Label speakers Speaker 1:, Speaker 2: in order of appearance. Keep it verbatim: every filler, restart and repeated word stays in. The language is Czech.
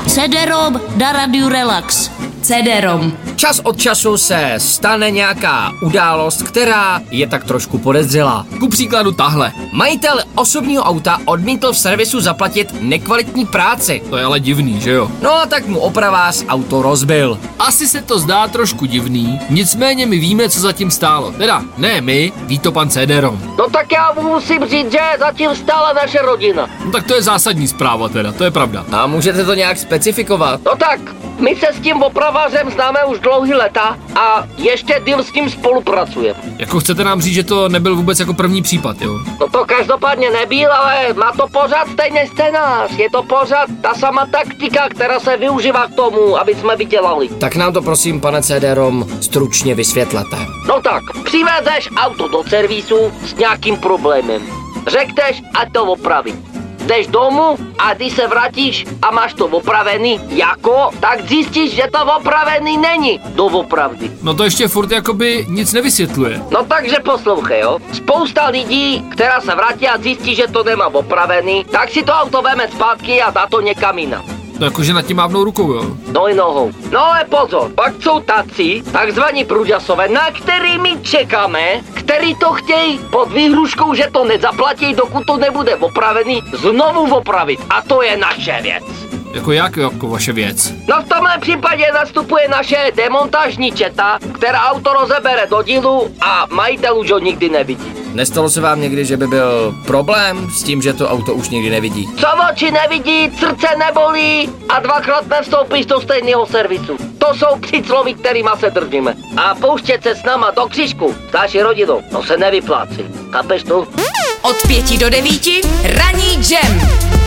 Speaker 1: cé dé-rom na Radiu Relax.
Speaker 2: cé dé-rom.
Speaker 3: Čas od času se stane nějaká událost, která je tak trošku podezřelá.
Speaker 4: Ku příkladu tahle.
Speaker 3: Majitel osobního auta odmítl v servisu zaplatit nekvalitní práci.
Speaker 4: To je ale divný, že jo?
Speaker 3: No a tak mu opravář auto rozbil.
Speaker 4: Asi se to zdá trošku divný, nicméně my víme, co zatím stálo. Teda, ne my, ví to pan cé dé-rom.
Speaker 5: No tak já musím říct, že zatím stála naše rodina.
Speaker 4: No tak to je zásadní zpráva teda, to je pravda.
Speaker 3: A můžete to nějak specifikovat?
Speaker 5: No tak, my se s tím opravářem známe už dlouhý leta a ještě díl s tím spolupracujeme.
Speaker 4: Jako chcete nám říct, že to nebyl vůbec jako první případ, jo?
Speaker 5: No to každopádně nebyl, ale má to pořád stejný scénář. Je to pořád ta sama taktika, která se využívá k tomu, aby jsme vydělali.
Speaker 3: Tak nám to prosím, pane cé dé-rom, stručně vysvětlete.
Speaker 5: No tak, přivezeš auto do servisu s nějakým problémem. Řekneš, ať to opraví. Jdeš domů a když se vrátíš a máš to opravený, jako, tak zjistíš, že to opravený není doopravdy.
Speaker 4: No to ještě furt jakoby nic nevysvětluje.
Speaker 5: No takže poslouchej, jo. Spousta lidí, která se vrátí a zjistí, že to nemá opravený, tak si to auto veme zpátky a dá to někam jinam.
Speaker 4: No jakože nad tím mávnou rukou, jo?
Speaker 5: No i nohou. No ale pozor, pak jsou tací, takzvaní průďasové, na kterými čekáme, který to chtějí pod výhruškou, že to nezaplatí, dokud to nebude opravený, znovu opravit. A to je naše věc.
Speaker 4: Jako jak, jako vaše věc?
Speaker 5: No v tomhle případě nastupuje naše demontážní četa, která auto rozebere do dílu a majitel už ho nikdy nevidí.
Speaker 3: Nestalo se vám někdy, že by byl problém s tím, že to auto už nikdy nevidí?
Speaker 5: Co oči nevidí, srdce nebolí a dvakrát nevstoupíš do stejného servisu. To jsou přísloví, kterýma se držíme. A pouštět se s náma do křížku s naší rodinou, to se nevyplácí. Chápeš to?
Speaker 2: Od pěti do devíti ranní džem.